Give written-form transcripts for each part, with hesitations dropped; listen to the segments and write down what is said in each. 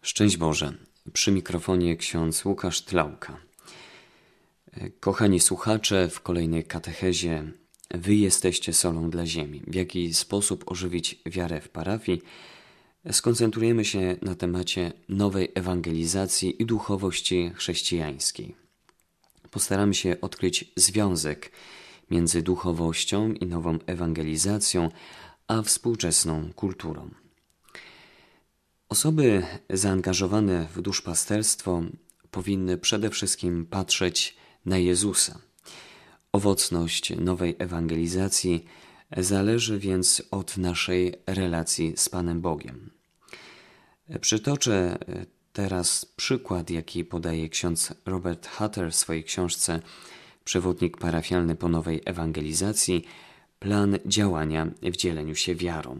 Szczęść Boże, przy mikrofonie ksiądz Łukasz Tlauka. Kochani słuchacze, w kolejnej katechezie Wy jesteście solą dla ziemi. W jaki sposób ożywić wiarę w parafii? Skoncentrujemy się na temacie nowej ewangelizacji i duchowości chrześcijańskiej. Postaramy się odkryć związek między duchowością i nową ewangelizacją, a współczesną kulturą. Osoby zaangażowane w duszpasterstwo powinny przede wszystkim patrzeć na Jezusa. Owocność nowej ewangelizacji zależy więc od naszej relacji z Panem Bogiem. Przytoczę teraz przykład, jaki podaje ksiądz Robert Hutter w swojej książce Przewodnik parafialny po nowej ewangelizacji, plan działania w dzieleniu się wiarą.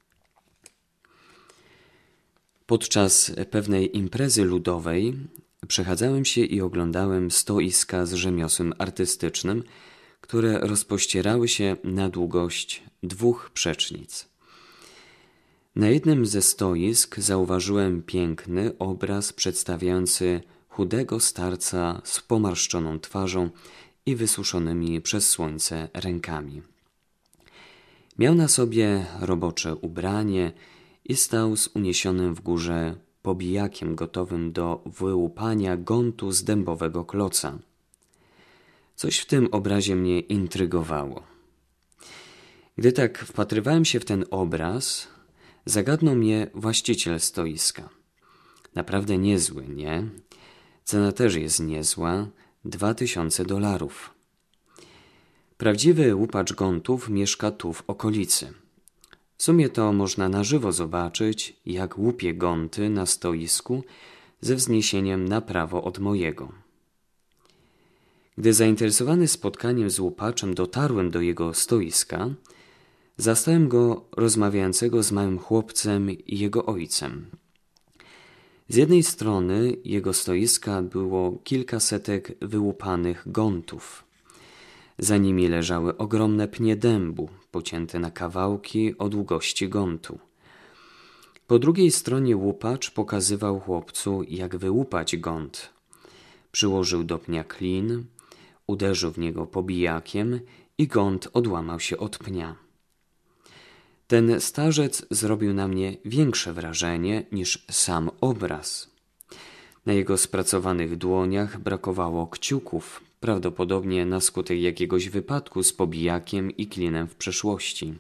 Podczas pewnej imprezy ludowej przechadzałem się i oglądałem stoiska z rzemiosłem artystycznym, które rozpościerały się na długość 2 przecznic. Na jednym ze stoisk zauważyłem piękny obraz przedstawiający chudego starca z pomarszczoną twarzą i wysuszonymi przez słońce rękami. Miał na sobie robocze ubranie i stał z uniesionym w górze pobijakiem gotowym do wyłupania gontu z dębowego kloca. Coś w tym obrazie mnie intrygowało. Gdy tak wpatrywałem się w ten obraz, zagadnął mnie właściciel stoiska. Naprawdę niezły, nie? Cena też jest niezła, $2000. Prawdziwy łupacz gontów mieszka tu w okolicy. W sumie to można na żywo zobaczyć, jak łupie gonty na stoisku ze wzniesieniem na prawo od mojego. Gdy zainteresowany spotkaniem z łupaczem dotarłem do jego stoiska, zastałem go rozmawiającego z małym chłopcem i jego ojcem. Z jednej strony jego stoiska było kilkasetek wyłupanych gontów. Za nimi leżały ogromne pnie dębu, pocięte na kawałki o długości gontu. Po drugiej stronie łupacz pokazywał chłopcu, jak wyłupać gont. Przyłożył do pnia klin, uderzył w niego pobijakiem i gont odłamał się od pnia. Ten starzec zrobił na mnie większe wrażenie niż sam obraz. Na jego spracowanych dłoniach brakowało kciuków, prawdopodobnie na skutek jakiegoś wypadku z pobijakiem i klinem w przeszłości.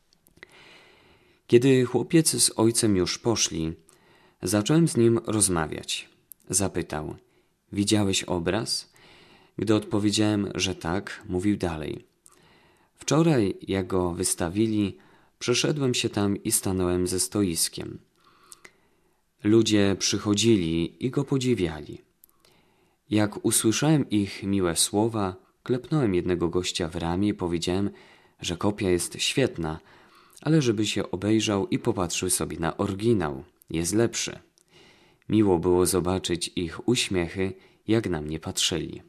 Kiedy chłopiec z ojcem już poszli, zacząłem z nim rozmawiać. Zapytał: widziałeś obraz? Gdy odpowiedziałem, że tak, mówił dalej. Wczoraj, jak go wystawili, przeszedłem się tam i stanąłem ze stoiskiem. Ludzie przychodzili i go podziwiali. Jak usłyszałem ich miłe słowa, klepnąłem jednego gościa w ramię i powiedziałem, że kopia jest świetna, ale żeby się obejrzał i popatrzył sobie na oryginał. Jest lepszy. Miło było zobaczyć ich uśmiechy, jak na mnie patrzyli.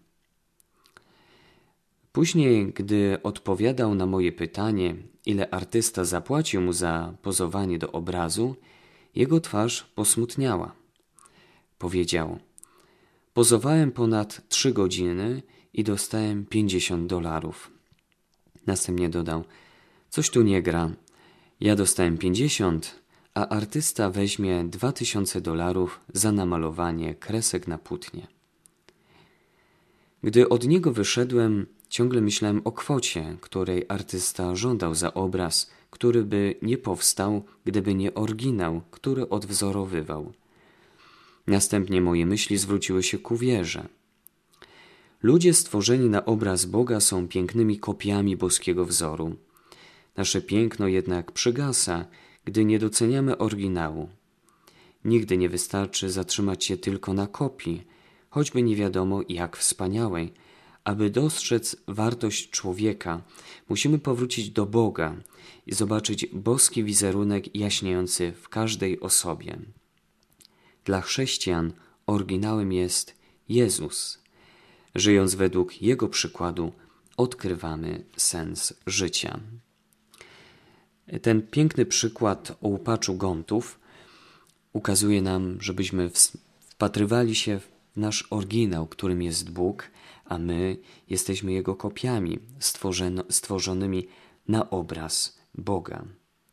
Później, gdy odpowiadał na moje pytanie, ile artysta zapłacił mu za pozowanie do obrazu, jego twarz posmutniała. Powiedział: pozowałem ponad 3 godziny i dostałem $50. Następnie dodał: coś tu nie gra. Ja dostałem 50, a artysta weźmie $2000 za namalowanie kresek na płótnie. Gdy od niego wyszedłem, ciągle myślałem o kwocie, której artysta żądał za obraz, który by nie powstał, gdyby nie oryginał, który odwzorowywał. Następnie moje myśli zwróciły się ku wierze. Ludzie stworzeni na obraz Boga są pięknymi kopiami boskiego wzoru. Nasze piękno jednak przygasa, gdy nie doceniamy oryginału. Nigdy nie wystarczy zatrzymać się tylko na kopii, choćby nie wiadomo jak wspaniałej. Aby dostrzec wartość człowieka, musimy powrócić do Boga i zobaczyć boski wizerunek jaśniejący w każdej osobie. Dla chrześcijan oryginałem jest Jezus. Żyjąc według Jego przykładu, odkrywamy sens życia. Ten piękny przykład o łupaczu gontów ukazuje nam, żebyśmy wpatrywali się w nasz oryginał, którym jest Bóg, a my jesteśmy Jego kopiami, stworzonymi na obraz Boga.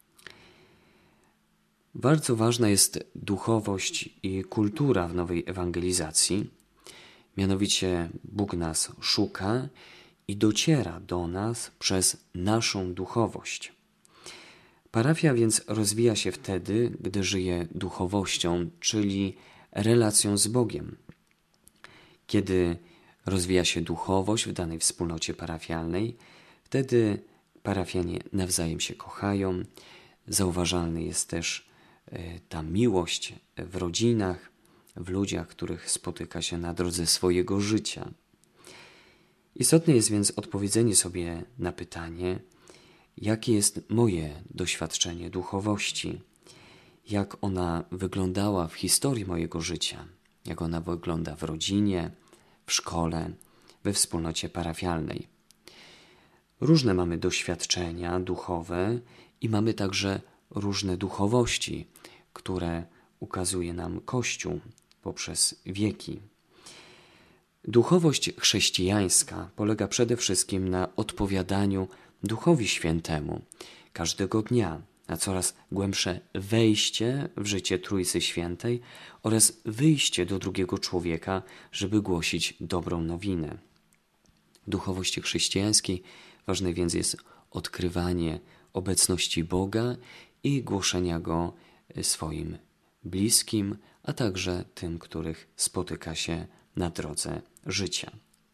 Bardzo ważna jest duchowość i kultura w nowej ewangelizacji. Mianowicie Bóg nas szuka i dociera do nas przez naszą duchowość. Parafia więc rozwija się wtedy, gdy żyje duchowością, czyli relacją z Bogiem. Kiedy rozwija się duchowość w danej wspólnocie parafialnej, wtedy parafianie nawzajem się kochają. Zauważalny jest też ta miłość w rodzinach, w ludziach, których spotyka się na drodze swojego życia. Istotne jest więc odpowiedzenie sobie na pytanie, jakie jest moje doświadczenie duchowości, jak ona wyglądała w historii mojego życia, jak ona wygląda w rodzinie, w szkole, we wspólnocie parafialnej. Różne mamy doświadczenia duchowe i mamy także różne duchowości, które ukazuje nam Kościół poprzez wieki. Duchowość chrześcijańska polega przede wszystkim na odpowiadaniu Duchowi Świętemu każdego dnia, na coraz głębsze wejście w życie Trójcy Świętej oraz wyjście do drugiego człowieka, żeby głosić dobrą nowinę. W duchowości chrześcijańskiej ważne więc jest odkrywanie obecności Boga i głoszenia Go swoim bliskim, a także tym, których spotyka się na drodze życia.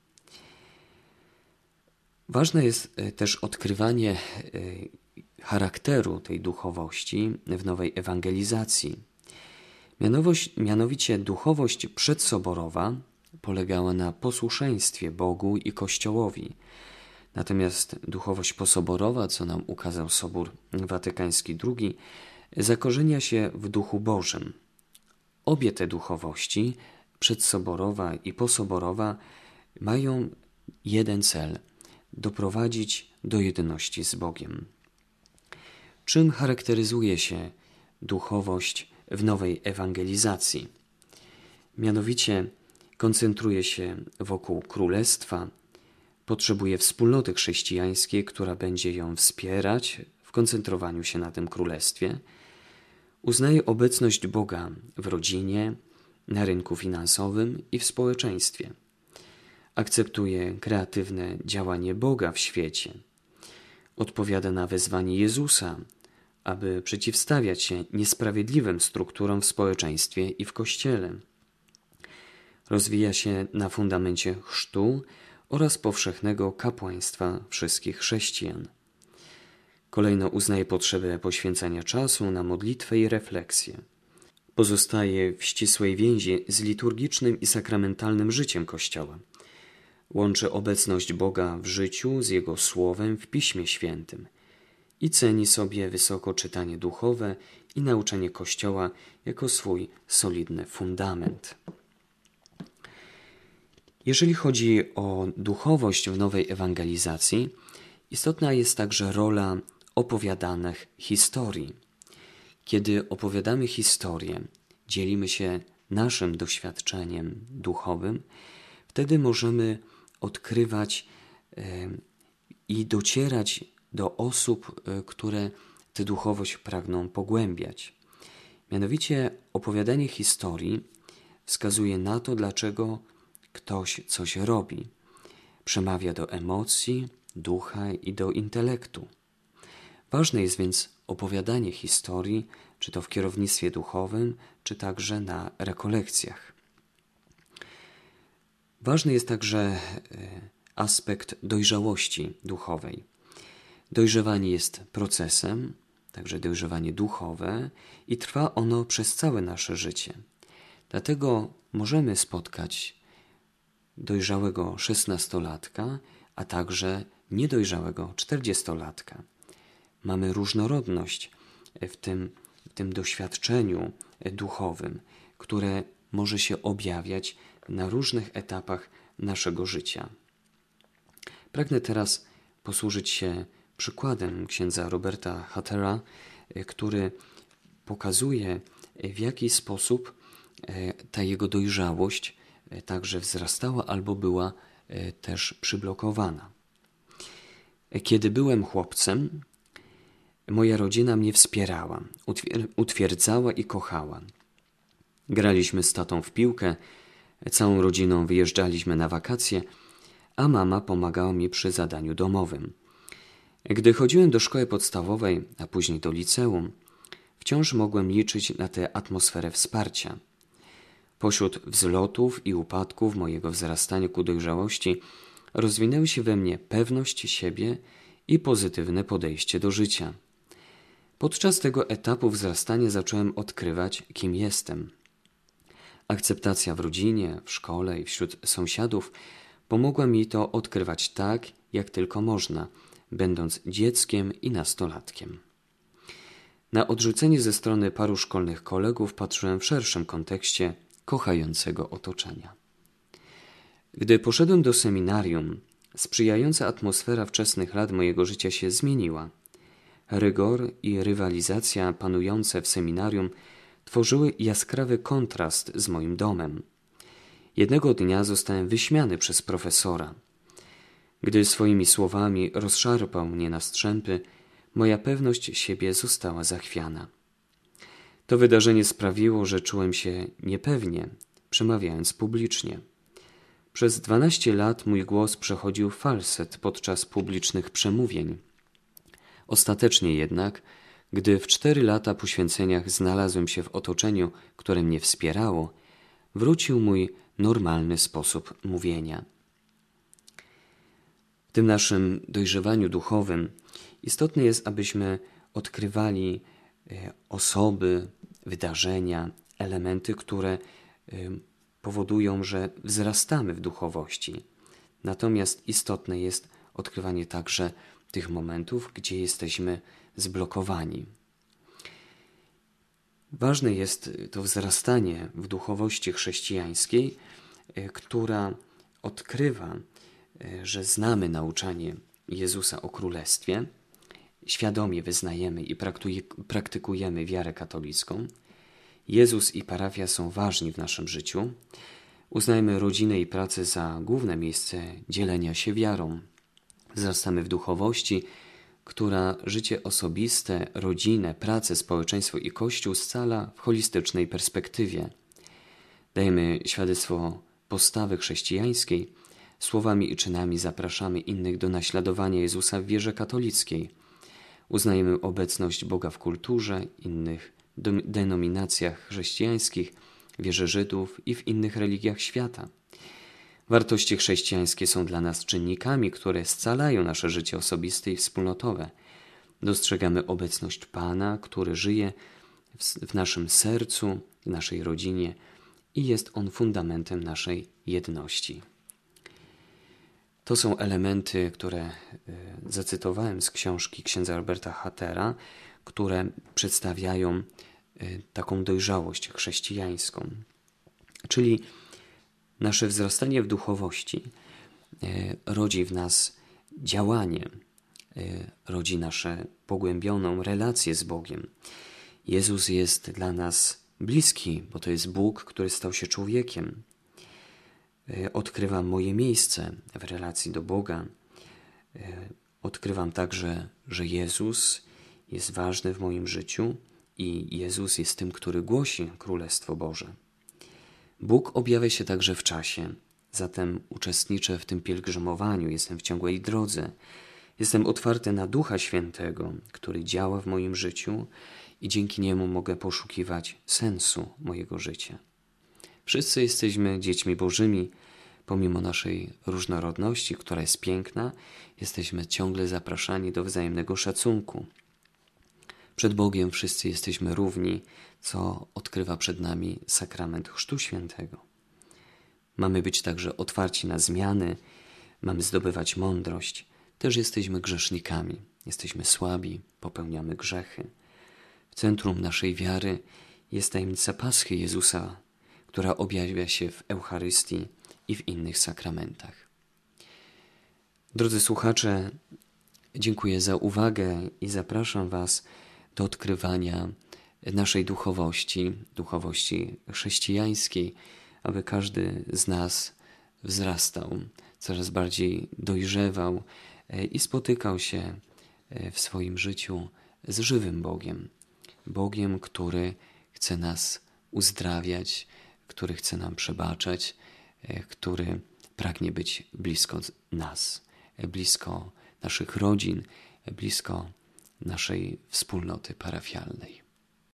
Ważne jest też odkrywanie charakteru tej duchowości w nowej ewangelizacji. Mianowicie duchowość przedsoborowa polegała na posłuszeństwie Bogu i Kościołowi. Natomiast duchowość posoborowa, co nam ukazał Sobór Watykański II, zakorzenia się w Duchu Bożym. Obie te duchowości, przedsoborowa i posoborowa, mają jeden cel – doprowadzić do jedności z Bogiem. Czym charakteryzuje się duchowość w nowej ewangelizacji? Mianowicie koncentruje się wokół Królestwa, potrzebuje wspólnoty chrześcijańskiej, która będzie ją wspierać w koncentrowaniu się na tym Królestwie, uznaje obecność Boga w rodzinie, na rynku finansowym i w społeczeństwie. Akceptuje kreatywne działanie Boga w świecie. Odpowiada na wezwanie Jezusa, aby przeciwstawiać się niesprawiedliwym strukturom w społeczeństwie i w Kościele. Rozwija się na fundamencie chrztu oraz powszechnego kapłaństwa wszystkich chrześcijan. Kolejno uznaje potrzebę poświęcania czasu na modlitwę i refleksję. Pozostaje w ścisłej więzi z liturgicznym i sakramentalnym życiem Kościoła. Łączy obecność Boga w życiu z Jego Słowem w Piśmie Świętym i ceni sobie wysoko czytanie duchowe i nauczanie Kościoła jako swój solidny fundament. Jeżeli chodzi o duchowość w nowej ewangelizacji, istotna jest także rola opowiadanych historii. Kiedy opowiadamy historię, dzielimy się naszym doświadczeniem duchowym, wtedy możemy odkrywać i docierać do osób, które tę duchowość pragną pogłębiać. Mianowicie opowiadanie historii wskazuje na to, dlaczego ktoś coś robi. Przemawia do emocji, ducha i do intelektu. Ważne jest więc opowiadanie historii, czy to w kierownictwie duchowym, czy także na rekolekcjach. Ważny jest także aspekt dojrzałości duchowej. Dojrzewanie jest procesem, także dojrzewanie duchowe i trwa ono przez całe nasze życie. Dlatego możemy spotkać dojrzałego 16-latka, a także niedojrzałego 40-latka. Mamy różnorodność w tym doświadczeniu duchowym, które może się objawiać na różnych etapach naszego życia. Pragnę teraz posłużyć się przykładem księdza Roberta Huttera, który pokazuje, w jaki sposób ta jego dojrzałość także wzrastała albo była też przyblokowana. Kiedy byłem chłopcem, moja rodzina mnie wspierała, utwierdzała i kochała. Graliśmy z tatą w piłkę, całą rodziną wyjeżdżaliśmy na wakacje, a mama pomagała mi przy zadaniu domowym. Gdy chodziłem do szkoły podstawowej, a później do liceum, wciąż mogłem liczyć na tę atmosferę wsparcia. Pośród wzlotów i upadków mojego wzrastania ku dojrzałości rozwinęły się we mnie pewność siebie i pozytywne podejście do życia. Podczas tego etapu wzrastania zacząłem odkrywać, kim jestem. Akceptacja w rodzinie, w szkole i wśród sąsiadów pomogła mi to odkrywać tak, jak tylko można, będąc dzieckiem i nastolatkiem. Na odrzucenie ze strony paru szkolnych kolegów patrzyłem w szerszym kontekście kochającego otoczenia. Gdy poszedłem do seminarium, sprzyjająca atmosfera wczesnych lat mojego życia się zmieniła. Rygor i rywalizacja panujące w seminarium tworzyły jaskrawy kontrast z moim domem. Jednego dnia zostałem wyśmiany przez profesora. Gdy swoimi słowami rozszarpał mnie na strzępy, moja pewność siebie została zachwiana. To wydarzenie sprawiło, że czułem się niepewnie, przemawiając publicznie. Przez 12 lat mój głos przechodził falset podczas publicznych przemówień. Ostatecznie jednak, gdy w 4 lata poświęceniach znalazłem się w otoczeniu, które mnie wspierało, wrócił mój normalny sposób mówienia. W tym naszym dojrzewaniu duchowym istotne jest, abyśmy odkrywali osoby, wydarzenia, elementy, które powodują, że wzrastamy w duchowości. Natomiast istotne jest odkrywanie także tych momentów, gdzie jesteśmy zblokowani. Ważne jest to wzrastanie w duchowości chrześcijańskiej, która odkrywa, że znamy nauczanie Jezusa o Królestwie, świadomie wyznajemy i praktykujemy wiarę katolicką. Jezus i parafia są ważni w naszym życiu. Uznajmy rodzinę i pracę za główne miejsce dzielenia się wiarą. Wzrastamy w duchowości, która życie osobiste, rodzinę, pracę, społeczeństwo i Kościół scala w holistycznej perspektywie. Dajemy świadectwo postawy chrześcijańskiej, słowami i czynami zapraszamy innych do naśladowania Jezusa w wierze katolickiej. Uznajemy obecność Boga w kulturze, innych denominacjach chrześcijańskich, wierze Żydów i w innych religiach świata. Wartości chrześcijańskie są dla nas czynnikami, które scalają nasze życie osobiste i wspólnotowe. Dostrzegamy obecność Pana, który żyje w naszym sercu, w naszej rodzinie i jest On fundamentem naszej jedności. To są elementy, które zacytowałem z książki księdza Alberta Hattera, które przedstawiają taką dojrzałość chrześcijańską. Czyli nasze wzrastanie w duchowości rodzi w nas działanie, rodzi naszą pogłębioną relację z Bogiem. Jezus jest dla nas bliski, bo to jest Bóg, który stał się człowiekiem. Odkrywam moje miejsce w relacji do Boga. Odkrywam także, że Jezus jest ważny w moim życiu i Jezus jest tym, który głosi Królestwo Boże. Bóg objawia się także w czasie, zatem uczestniczę w tym pielgrzymowaniu, jestem w ciągłej drodze. Jestem otwarty na Ducha Świętego, który działa w moim życiu i dzięki Niemu mogę poszukiwać sensu mojego życia. Wszyscy jesteśmy dziećmi Bożymi, pomimo naszej różnorodności, która jest piękna, jesteśmy ciągle zapraszani do wzajemnego szacunku. Przed Bogiem wszyscy jesteśmy równi, co odkrywa przed nami sakrament Chrztu Świętego. Mamy być także otwarci na zmiany, mamy zdobywać mądrość. Też jesteśmy grzesznikami, jesteśmy słabi, popełniamy grzechy. W centrum naszej wiary jest tajemnica Paschy Jezusa, która objawia się w Eucharystii i w innych sakramentach. Drodzy słuchacze, dziękuję za uwagę i zapraszam Was do odkrywania naszej duchowości chrześcijańskiej, aby każdy z nas wzrastał, coraz bardziej dojrzewał i spotykał się w swoim życiu z żywym Bogiem. Bogiem, który chce nas uzdrawiać, który chce nam przebaczać, który pragnie być blisko nas, blisko naszych rodzin, blisko naszej wspólnoty parafialnej.